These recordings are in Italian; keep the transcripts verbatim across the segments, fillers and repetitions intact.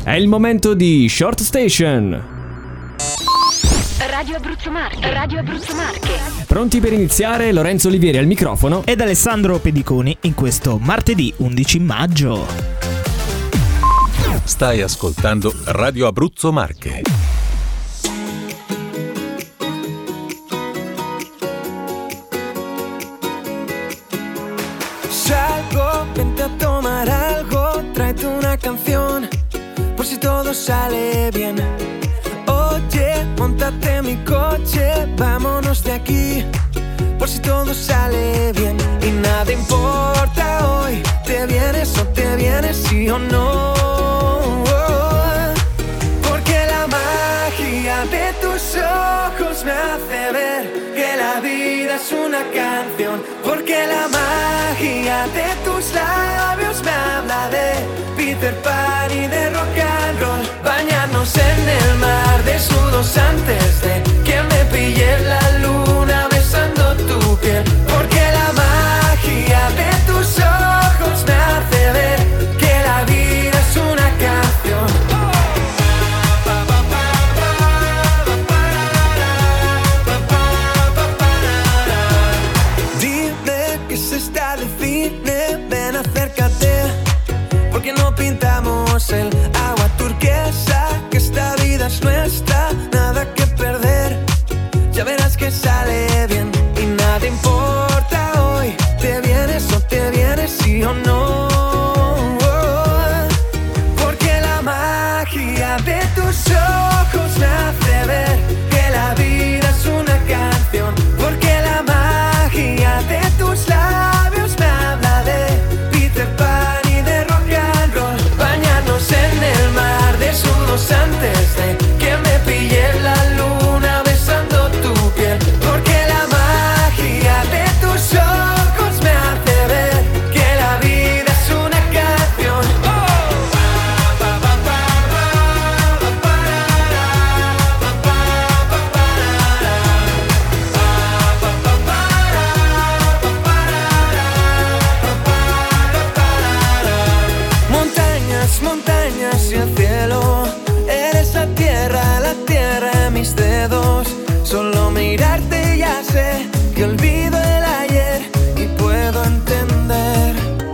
È il momento di Short Station. Radio Abruzzo Marche. Radio Abruzzo Marche. Pronti per iniziare? Lorenzo Olivieri al microfono ed Alessandro Pediconi in questo martedì undici maggio. Stai ascoltando Radio Abruzzo Marche. Salgo, vente a tomar algo, tráete una canción, por si todo sale bien. Oye, móntate en mi coche, vámonos de aquí, por si todo sale bien. Y nada importa hoy, te vienes o te vienes, sí o no. Porque la magia de tus ojos me hace ver que la vida es una canción. Porque la magia de tus labios me habla de Peter Pan y de rock and roll. Bañarnos en el mar desnudos antes de que me pille la luna besando tu piel. Porque la magia de tus ojos me hace ver que la vida es una canción. Dime que se está de cine, ven acércate, porque no pintamos el agua turquesa, que esta vida es nuestra, nada que perder, ya verás que sale bien. Y nada importa hoy, te vienes o te vienes, sí o no. Porque la magia de tus ojos me hace ver que la vida es una canción. Porque la magia de tus labios me habla de Peter Pan y de rock and roll. Bañarnos en el mar desnudos antes de que me pille la luna besando tu piel. Porque la magia de tus ojos me hace ver que la vida es una canción. Montañas, montañas y el cielo, eres la tierra, la tierra en mis dedos. Solo mirarte ya sé que olvido el ayer y puedo entender.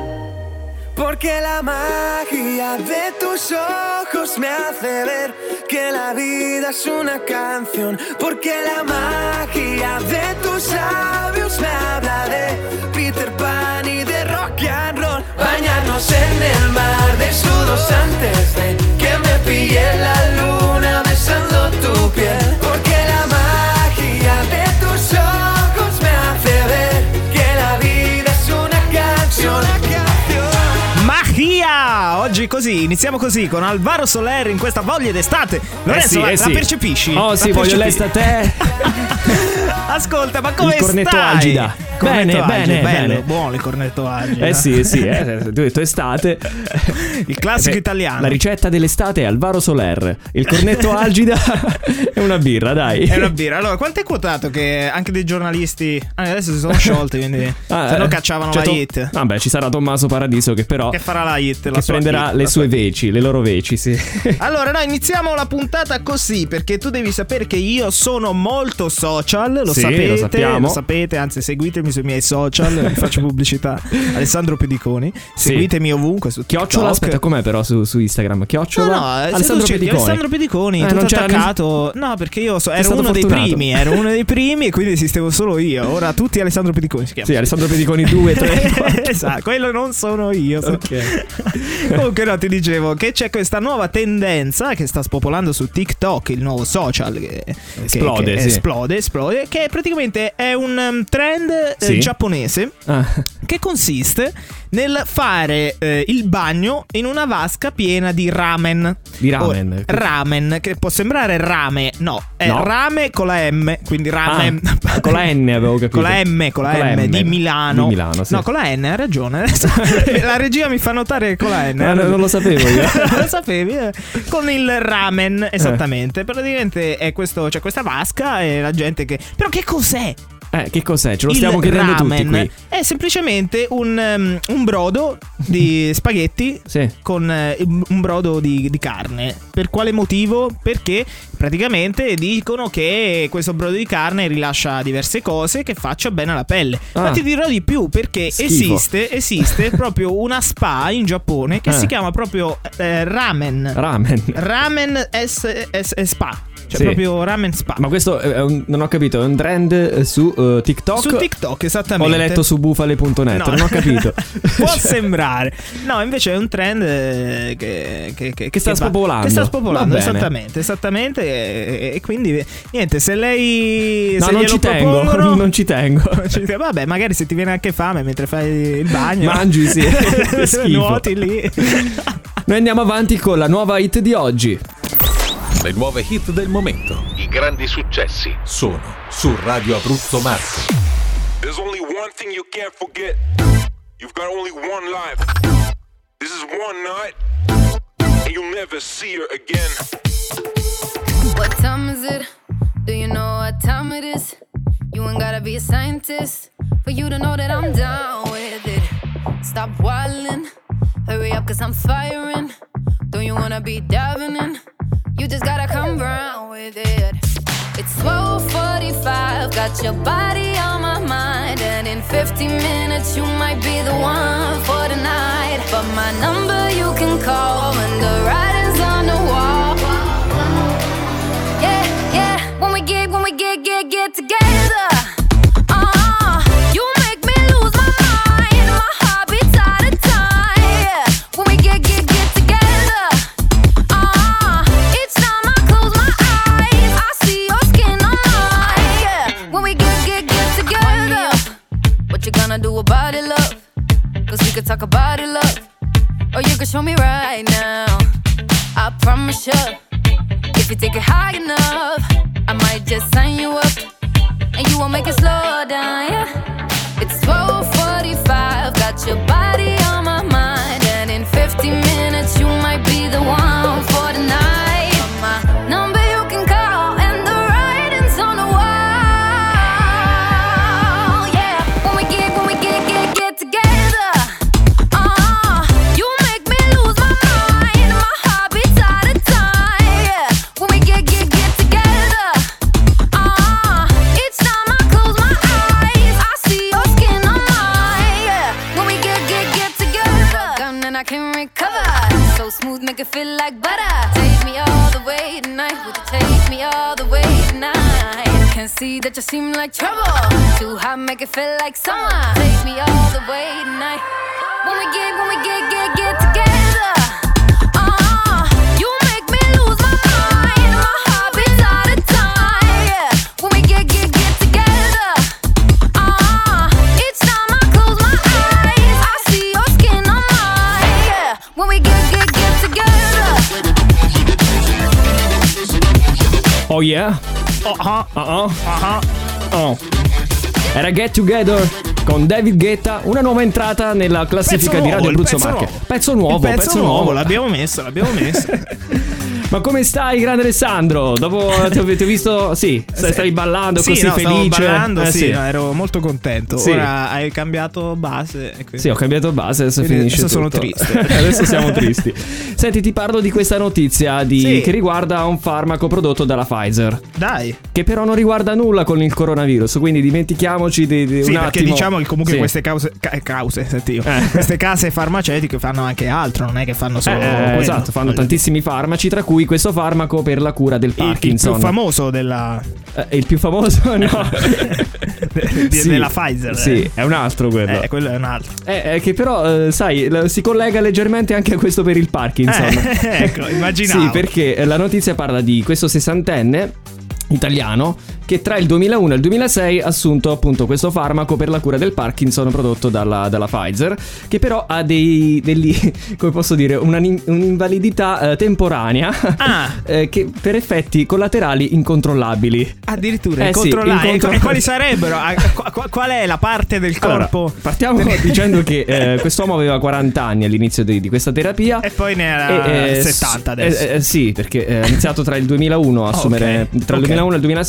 Porque la magia de tus ojos me hace ver que la vida es una canción. Porque la magia de tus labios me habla de Peter Pan y de rock and roll. Bañarnos en el mar desnudos antes de que me pille la luna besando tu piel. Porque la magia de tus ojos me hace ver que la vida es una canción. Una canción. Magia! Oggi così, iniziamo così con Alvaro Soler in questa voglia d'estate. Lorenzo, eh sì, la, eh la sì. percepisci? Oh sì, La voglio percepi- l'estate. Ascolta, ma come Il cornetto stai? agida. Cornetto Bene, agida, bene, bello, bene. buono il cornetto agida. Eh sì, sì, eh, tu hai detto estate. Il classico Eh, italiano. La ricetta dell'estate è Alvaro Soler. Il cornetto algida è una birra, dai. È una birra. Allora, quanto è quotato che anche dei giornalisti ah, adesso si sono sciolti, quindi Ah, se no eh, cacciavano cioè, la to- hit. Vabbè, ci sarà Tommaso Paradiso che però Che farà la hit, la che sua prenderà hit, le la sue sua hit. veci, le loro veci, sì. Allora, noi iniziamo la puntata così, perché tu devi sapere che io sono molto social, lo Sì, sapete, lo sappiamo. sapete, anzi seguitemi sui miei social, vi faccio pubblicità. Alessandro Pediconi, Sì. seguitemi ovunque su TikTok. Chiocciola, aspetta, com'è però su, su Instagram? Chiocciola No, no, Alessandro Pediconi. Pediconi. Alessandro Pediconi, Eh, tutto non c'era attaccato. No, perché io so, ero stato uno dei fortunato. primi, ero uno dei primi e quindi esistevo solo io. Ora tutti Alessandro Pediconi si chiama. Sì, Alessandro Pediconi due, tre, quattro. Esatto, quello non sono io. so- Ok. Comunque no, ti dicevo che c'è questa nuova tendenza che sta spopolando su TikTok, il nuovo social che, Esplode, che, che sì. esplode, esplode, che praticamente è un um, trend eh, Sì. giapponese Ah, che consiste nel fare eh, il bagno in una vasca piena di ramen. Di ramen. Ora, ramen, che può sembrare rame, no, è No. rame con la M, quindi ramen. Ah, con la N avevo capito. Con la M, con la, Con la M, M. di Milano. Di Milano, sì. No, con la N, hai ragione. La regia mi fa notare che con la N. Eh, non lo sapevo io. Non lo sapevi? eh? Con il ramen, esattamente. Praticamente è questo, c'è questa vasca e la gente che... Però che cos'è? Eh, che cos'è? Ce lo Il stiamo chiedendo ramen tutti qui. è semplicemente un, um, un brodo di spaghetti Sì. con uh, un brodo di, di carne. Per quale motivo? Perché praticamente dicono che questo brodo di carne rilascia diverse cose che faccia bene alla pelle. Ah. Ma ti dirò di più, perché Schifo. esiste esiste proprio una spa in Giappone che Eh. si chiama proprio eh, ramen. Ramen. Ramen S, S, Spa. Cioè Sì. proprio ramen spa. Ma questo è un, non ho capito, è un trend eh, su uh, TikTok? Su TikTok, O esattamente. l'hai letto su bufale punto net? No. Non ho capito. Può Cioè, sembrare. No, invece è un trend eh, che, che, che, Che sta va- spopolando. Che sta spopolando, Va bene. esattamente. Esattamente. E, e quindi, niente, se lei. No, se non glielo ci tengo, propongono- non ci tengo. Vabbè, magari se ti viene anche fame mentre fai il bagno. Mangi, sì. Che schifo. Nuoti lì. Noi andiamo avanti con la nuova hit di oggi. Le nuove hit del momento. I grandi successi sono su Radio Abruzzo Marche. There's only one thing you can't forget. You've got only one life. This is one night, and you'll never see her again. What time is it? Do you know what time it is? You ain't gotta be a scientist for you to know that I'm down with it. Stop wildin', hurry up cause I'm firing. Don't you wanna be diving in? You just gotta come round with it. It's twelve forty-five, got your body on my mind. And in fifty minutes you might be the one for the night. But my number you can call when the writing's on the wall. Yeah, yeah, when we get, when we get, get, get together. Uh, you make me lose my mind, my heart beats out of time. Yeah, when we get, get, get together. Uh, each time I close my eyes, I see your skin on mine. Yeah, when we get, get, get together. What you gonna do about it, love? Cause we could talk about it, love. Or you can show me right now. I promise you, if you take it high enough, I might just sign you up, and you won't make it slow down, yeah. It's twelve forty-five, got your body on my mind. And in fifty minutes you might be the one for the night. My number you can call, and the writing's on the wall. Yeah, when we get, when we get, get, get together. Uh, you make me lose my mind, my heart beats out of time. Yeah, when we get, get, get together. Uh, each time I close my eyes, I see your skin on mine. Yeah, when we get, get, get together. Gun and I can recover. So smooth, make it feel like butter. Take me all the way tonight. Would you take me all the way tonight? Can see that you seem like trouble. Too hot, make it feel like summer. Take me all the way tonight. When we get, when we get, get, get together. Uh, you make me lose my mind. My heart beats out of time. Yeah, when we get, get, get together. Uh, each time I close my eyes, I see your skin on mine. Yeah, when we get, get, get together. Oh yeah? Oh, ah, Uh-oh. ah, Oh. Era Get Together con David Guetta, una nuova entrata nella classifica Pezzo di Radio nuovo, il Abruzzo pezzo Marche. nuovo. Pezzo nuovo, il pezzo, pezzo nuovo, nuovo. l'abbiamo messo, l'abbiamo messo. Ma come stai, grande Alessandro? Dopo ti ho, ti ho visto, sì, stai, stavi ballando Sì, così no, stavo felice. ballando, Eh, sì, no, ero molto contento. Sì. Ora hai cambiato base e quindi- Sì, ho cambiato base, adesso Quindi finisce adesso sono tutto. triste. Adesso siamo tristi. Senti, ti parlo di questa notizia di, Sì. che riguarda un farmaco prodotto dalla Pfizer, Dai. che però non riguarda nulla con il coronavirus, quindi dimentichiamoci di, di Sì, un perché attimo. diciamo che comunque Sì. queste cause, ca- cause, senti io, Eh. queste case farmaceutiche fanno anche altro, non è che fanno solo Eh, quello. esatto, fanno Voglio tantissimi farmaci, tra cui questo farmaco per la cura del dire. il, il Parkinson. più famoso della Eh, il più famoso? No. di- Sì. della Pfizer. Sì, eh. è un altro quello. Eh, quello è un altro. Eh, eh, che però, eh, sai, l- si collega leggermente anche a questo per il Parkinson. Eh, ecco, immaginavo. Sì, perché eh, la notizia parla di questo sessantenne italiano che tra il duemilauno e il duemilasei ha assunto appunto questo farmaco per la cura del Parkinson prodotto dalla, dalla Pfizer, che però ha dei degli, come posso dire, una, un'invalidità eh, temporanea Ah. eh, che per effetti collaterali incontrollabili. Addirittura Eh sì, controllare. incontro- E quali sarebbero? Ah, qu- qu- Qual è la parte del corpo? Allora, partiamo dicendo che eh, quest'uomo aveva quaranta anni all'inizio di, di questa terapia. E poi ne era E, eh, settanta adesso. eh, eh, sì, perché eh, ha iniziato tra il duemilauno a assumere, Ok, tra il ok. duemilauno e il duemilasei,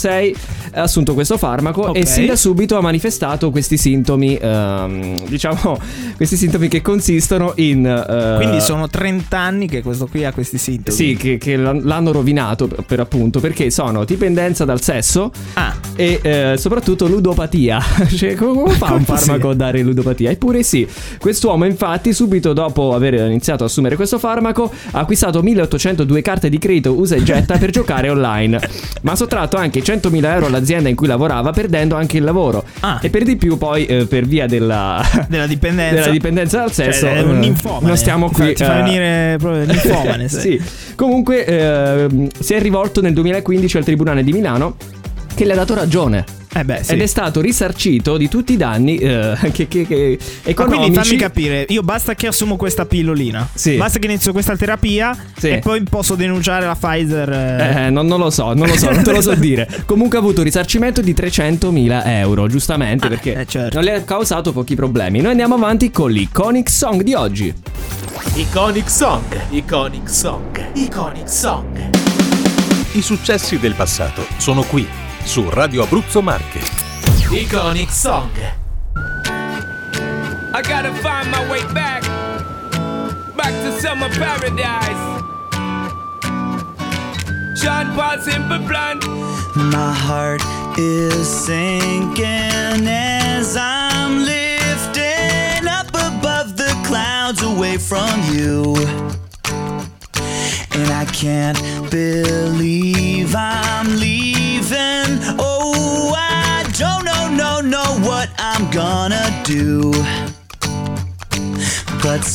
ha assunto questo farmaco, Ok. e sin da subito ha manifestato questi sintomi, ehm, diciamo, questi sintomi che consistono in... eh, Quindi sono trenta anni che questo qui ha questi sintomi. Sì, che, che l'hanno rovinato per, per appunto, perché sono dipendenza dal sesso Ah. e eh, soprattutto ludopatia. Cioè, come come fa un Come sì? farmaco a dare ludopatia? Eppure sì, quest'uomo infatti subito dopo aver iniziato a assumere questo farmaco ha acquistato milleottocentodue carte di credito usa e getta per giocare online, ma ha sottratto anche centomila euro all'azienda in cui lavorava, perdendo anche il lavoro. Ah. E per di più poi eh, per via della, Della dipendenza. della dipendenza dal sesso, Cioè, è un eh, ninfomane. non stiamo Ti qui fa- ti fa eh, venire proprio ninfomane, sì. sì. Comunque ehm, si è rivolto nel duemilaquindici al Tribunale di Milano, che le ha dato ragione. Eh beh, sì. Ed è stato risarcito di tutti i danni eh, che, che, che Ma economici. quindi fammi capire, io basta che assumo questa pillolina, Sì. basta che inizio questa terapia, Sì. e poi posso denunciare la Pfizer. eh. Eh, non, non lo so, non lo so, non te lo so dire. Comunque ha avuto un risarcimento di trecentomila euro, giustamente, Ah, perché eh, certo. non le ha causato pochi problemi. Noi andiamo avanti con l'Iconic Song di oggi. Iconic Song, Iconic Song, Iconic Song. I successi del passato sono qui, su Radio Abruzzo Marche. Iconic Song. I gotta find my way back, back to summer paradise. Sean Paul Simple Plan. My heart is sinking as I'm lifting up above the clouds away from you. And I can't believe I'm leaving. Oh, I don't know, no, know what I'm gonna do. But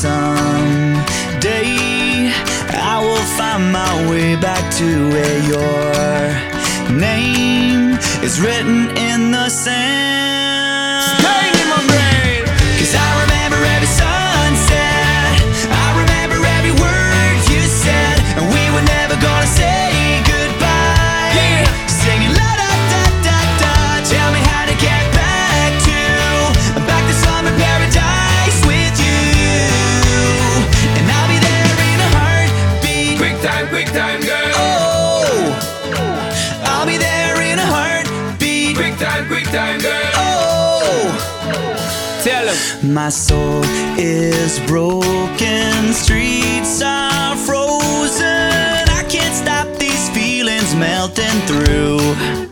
someday I will find my way back to where your name is written in the sand. Pain in my brain. 'Cause I remember every sunset, I remember every word you said, and we were never gonna say goodbye. Yeah. Singing la da da da da, tell me how to get back to, back to summer paradise with you. And I'll be there in a heartbeat. Quick time, quick time, girl. Oh, I'll be there in a heartbeat. Quick time, quick time, girl. Oh, Tell 'em. my soul is broken, streets are frozen. I can't stop these feelings melting through.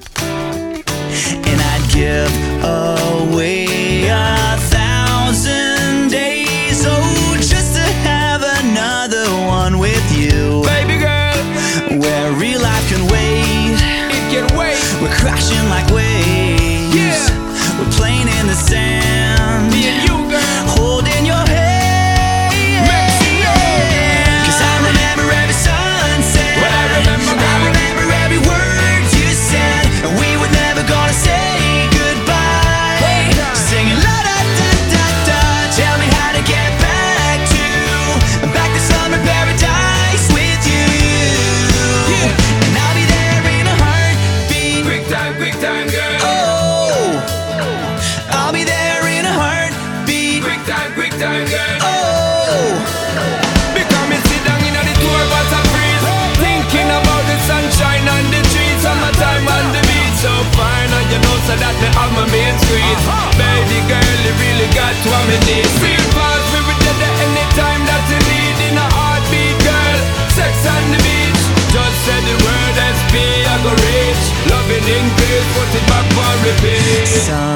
And I'd give away a thousand days, oh, just to have another one with you. Baby girl, Where real life can wait, it can wait. we're crashing like waves. Yeah. We're playing in the sand, Me and you, girl. holding your hand. Mexico. 'Cause I remember every sunset, Well, I remember, I girl. remember every word you said, and we were never gonna say goodbye. Hey. Singing la da da da da, tell me how to get back to, back to summer paradise with you. Yeah. And I'll be there in a heartbeat. Quick time, quick time, girl. Oh, I'll be there in a heartbeat. Quick time, quick time, girl. Oh, Because me sit down in the tour bus and freeze, thinking about the sunshine on the trees, summertime on the beach. So fine, and you know so that me have my main street. Baby girl, you really got to have me need. Real fast, we be dead at any time that you need in a heartbeat, girl. Sex on the beach, just say the word S P, I go reach. Loving in peace, put it back for repeat.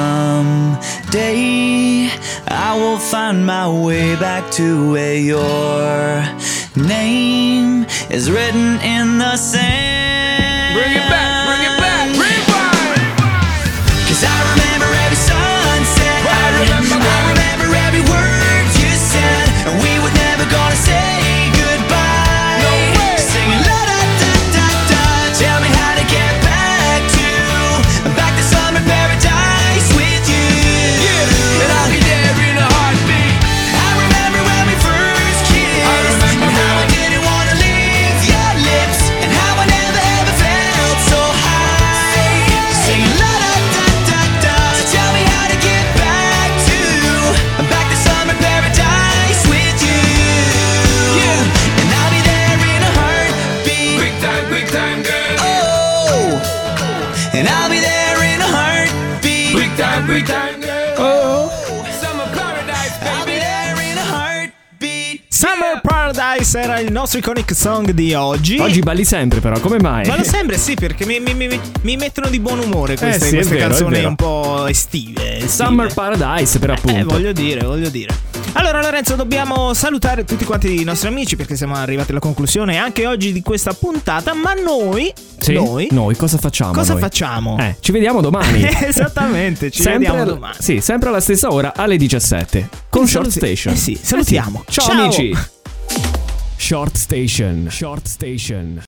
someday I will find my way back to where your name is written in the sand. Bring it back, bring it back, rewind. 'Cause I remember every sunset, Well, I remember, I girl. remember every word you said, and we were never gonna say goodbye. No way. Singing la da da da da, tell me how to get back to, back to summer paradise with you. Yeah, and I'll be there in a heartbeat. I remember when we first kissed, I remember, and how I girl. didn't wanna leave your lips, and how I never ever felt so era il nostro iconic song di oggi. Oggi balli sempre però, come mai? Ballo sempre, sì, perché mi, mi, mi, mi mettono di buon umore queste, Eh sì, è queste vero, è canzoni vero. un po' estive, estive. Summer Paradise per appunto. Eh, voglio dire, voglio dire. Allora Lorenzo, dobbiamo salutare tutti quanti i nostri amici perché siamo arrivati alla conclusione anche oggi di questa puntata, ma noi Sì? noi Noi cosa facciamo? cosa noi? facciamo? Eh, ci vediamo domani. Esattamente, ci sempre vediamo al- domani. Sì, sempre alla stessa ora alle diciassette con Short Saluti- Station. Eh sì, salutiamo. Ciao, Ciao. amici. Short Station. Short Station.